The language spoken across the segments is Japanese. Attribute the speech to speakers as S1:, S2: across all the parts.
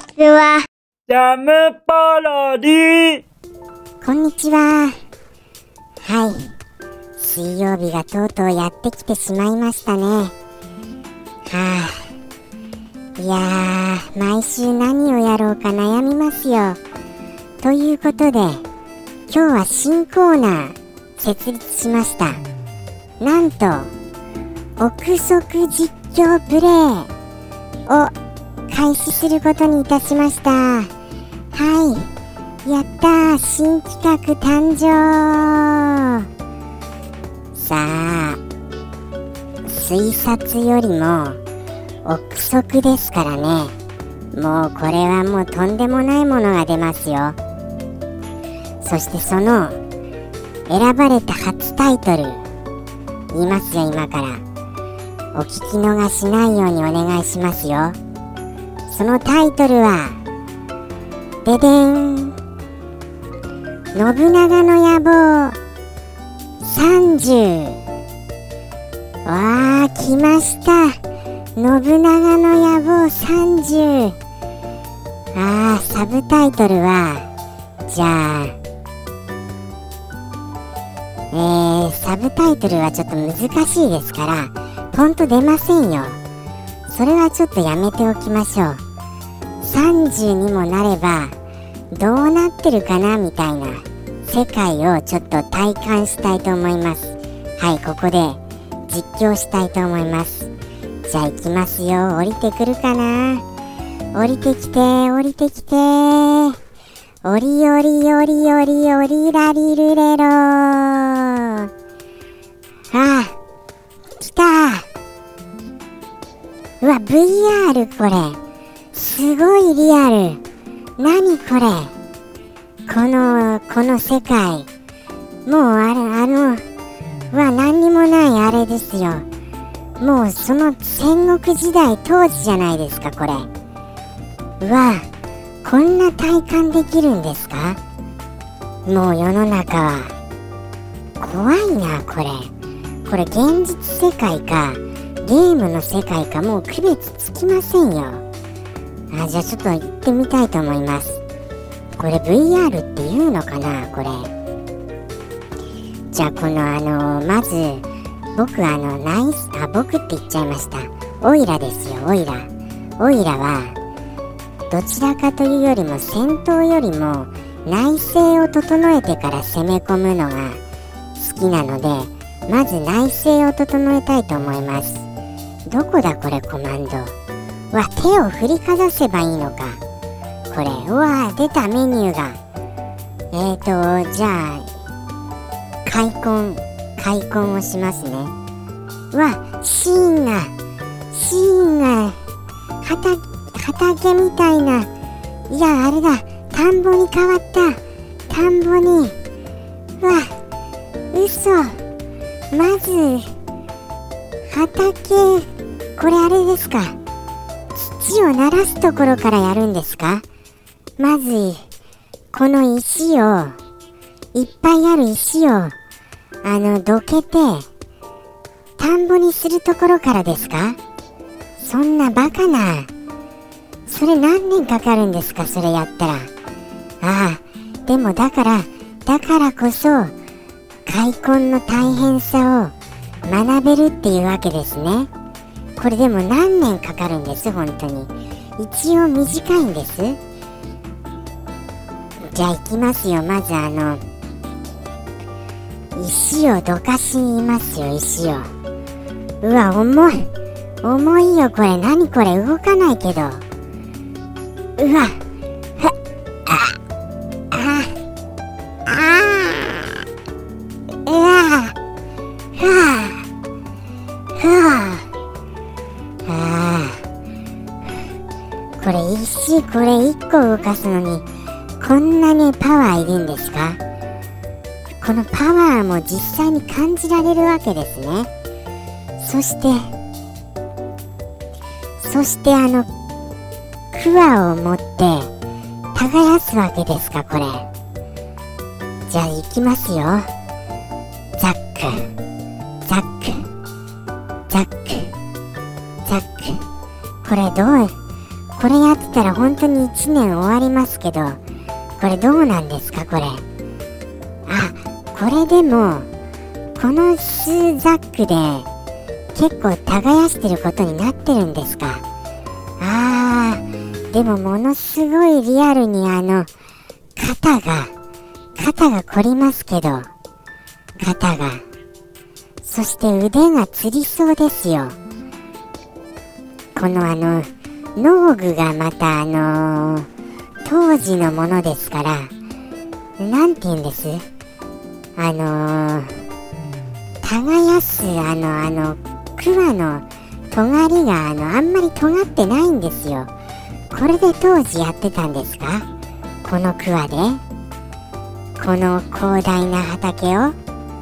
S1: ちは。
S2: ジャムパロディ。
S3: こんにちは。はい、水曜日がとうとうやってきてしまいましたね。いやー、毎週何をやろうか悩みますよ。ということで、今日は新コーナー設立しました。なんと憶測実況プレイを開始することにいたしました。はい、やったー、新企画誕生。さあ、推察よりも憶測ですからね。もうこれはもうとんでもないものが出ますよ。そしてその選ばれた初タイトル言いますよ。今からお聞き逃しないようにお願いしますよ。そのタイトルはででん、信長の野望30。わー、来ました。信長の野望30。サブタイトルはじゃあサブタイトルはちょっと難しいですからポンと出ませんよ。それはちょっとやめておきましょう。30にもなればどうなってるかなみたいな世界をちょっと体感したいと思います。はい、ここで実況したいと思います。じゃあ行きますよ。降りてくるかな。降りてきて、降りてきて、降り降り降り降り降りらりるれろー。来たー。うわ、VR これすごいリアル。何これ、この世界。もううわ、何にもないあれですよ。もうその戦国時代当時じゃないですかこれ。うわ、こんな体感できるんですか。もう世の中は怖いな。これ現実世界かゲームの世界かもう区別つきませんよ。じゃあちょっと行ってみたいと思います。これ VR っていうのかなこれ。じゃあこのまず僕僕って言っちゃいました。オイラですよ。オイラはどちらかというよりも戦闘よりも内政を整えてから攻め込むのが好きなので、まず内政を整えたいと思います。どこだこれコマンド。手を振りかざせばいいのかこれ。出たメニューが。じゃあ開墾をしますね。シーンが畑みたいな。いや、あれだ、田んぼに変わった。田んぼに嘘。まず畑、これあれですか、土を鳴らすところからやるんですか。まずこの石をいっぱいある石をどけて田んぼにするところからですか。そんなバカな。それ何年かかるんですかそれやったら。でもだからこそ開墾の大変さを学べるっていうわけですね。これでも何年かかるんです本当に。一応短いんです。じゃあ行きますよ。まず石をどかしにいますよ。石を。重いよこれ。何これ、動かないけど。これ石、これ1個動かすのにこんなにパワーいるんですか。このパワーも実際に感じられるわけですね。そしてクワを持って耕すわけですかこれ。じゃあ行きますよ。ザックザックザックザック。ここれやってたら本当に1年終わりますけど、これどうなんですかこれ。これでもこのスーザックで結構耕してることになってるんですか。でもものすごいリアルに肩が凝りますけど、そして腕がつりそうですよ。この農具がまた当時のものですから、なんて言うんです、耕すクワの尖りがあんまり尖ってないんですよ。これで当時やってたんですか、このクワでこの広大な畑を。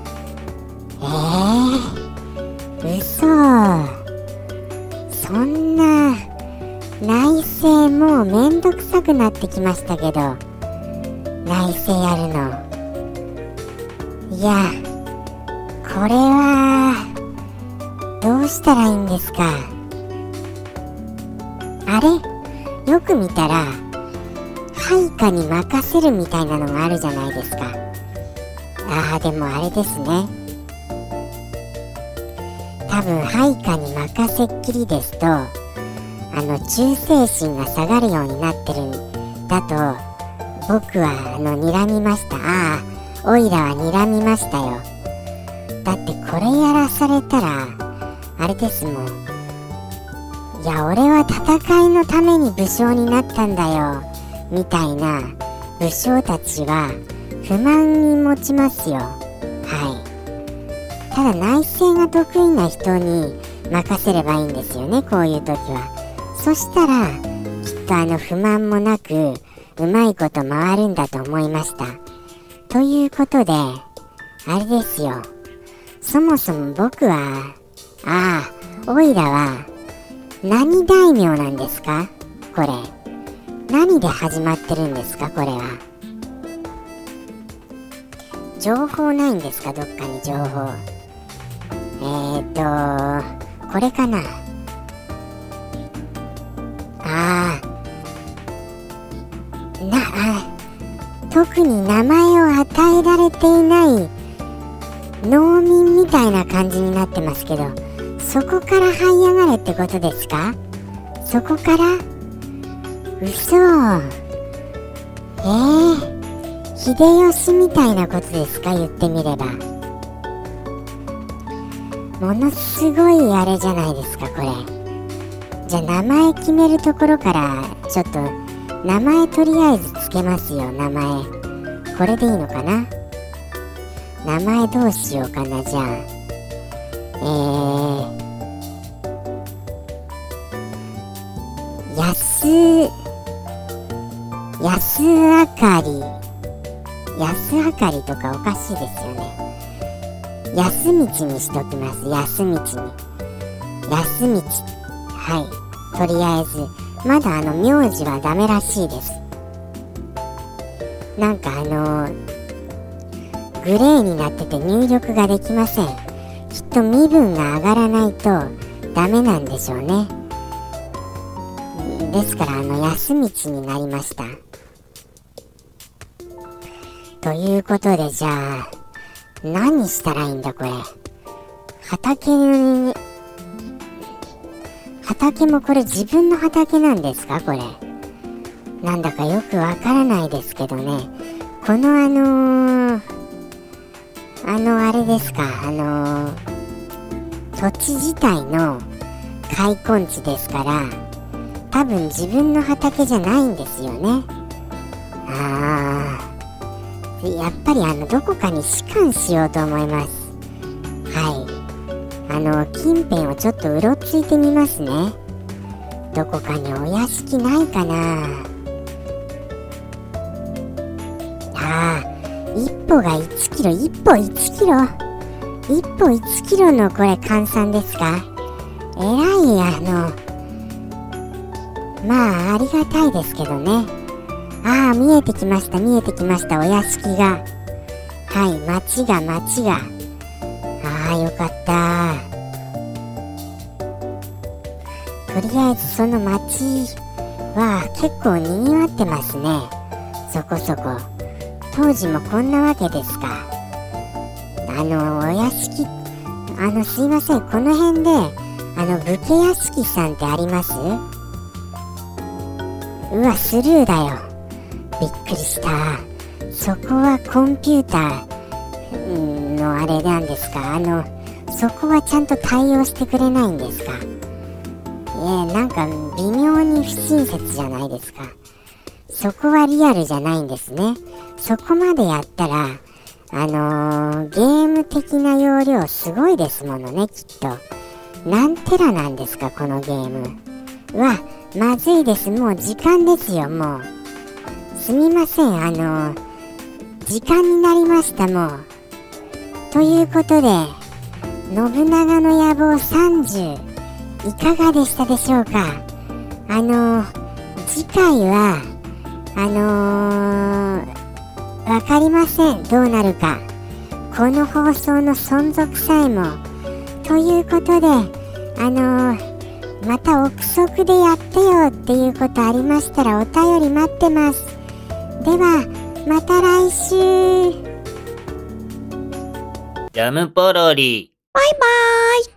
S3: 嘘。そんな内政もうめんどくさくなってきましたけど、内政やるの。いや、これはどうしたらいいんですか。あれ、よく見たら配下に任せるみたいなのがあるじゃないですか。でもあれですね、多分配下に任せっきりですと忠誠心が下がるようになってるんだと僕は睨みました。オイラは睨みましたよ。だってこれやらされたらあれですもん。いや、俺は戦いのために武将になったんだよみたいな武将たちは不満に持ちますよ。ただ内政が得意な人に任せればいいんですよね、こういう時は。そしたらきっと不満もなくうまいこと回るんだと思いました。ということであれですよ、そもそも僕はオイラは何大名なんですか。これ何で始まってるんですか。これは情報ないんですか、どっかに情報。これかな。特に名前を与えられていない農民みたいな感じになってますけど、そこから這い上がれってことですか。そこから。嘘。秀吉みたいなことですか、言ってみれば。ものすごいあれじゃないですか、これ。じゃあ名前決めるところからちょっと名前とりあえずつけますよ。名前これでいいのかな。名前どうしようかな。じゃあ安あかり。安あかりとかおかしいですよね。安道にしときます。安道に。安道。とりあえずまだ名字はダメらしいです。なんかグレーになってて入力ができません。きっと身分が上がらないとダメなんでしょうね。ですから安道になりました。ということで、じゃあ何したらいいんだこれ。畑もこれ自分の畑なんですか。これなんだかよくわからないですけどね。このあれですか、土地自体の開墾地ですから、多分自分の畑じゃないんですよね。やっぱりどこかに仕官しようと思います。近辺をちょっとうろついてみますね。どこかにお屋敷ないかな。一歩が1キロ、一歩1キロ、一歩1キロのこれ換算ですか。えらいまあありがたいですけどね。見えてきました、お屋敷が。町が。よかった。とりあえずその町はわあ、結構賑わってますね。そこそこ。当時もこんなわけですか。お屋敷、すいません、この辺で、武家屋敷さんってあります？うわ、スルーだよ。びっくりした。そこはコンピューターのあれなんですか？そこはちゃんと対応してくれないんですか？なんか微妙に不親切じゃないですか。そこはリアルじゃないんですね。そこまでやったら、ゲーム的な容量すごいですものね、きっと。何テラなんですか、このゲーム。うわ、まずいです。もう時間ですよ、もう。すみません、時間になりました、もう。ということで、信長の野望30、いかがでしたでしょうか。次回は、わかりません。どうなるか。この放送の存続さえも。ということで、また憶測でやってよっていうことありましたらお便り待ってます。では、また来週。
S2: ジャムポロリ。
S1: バイバーイ。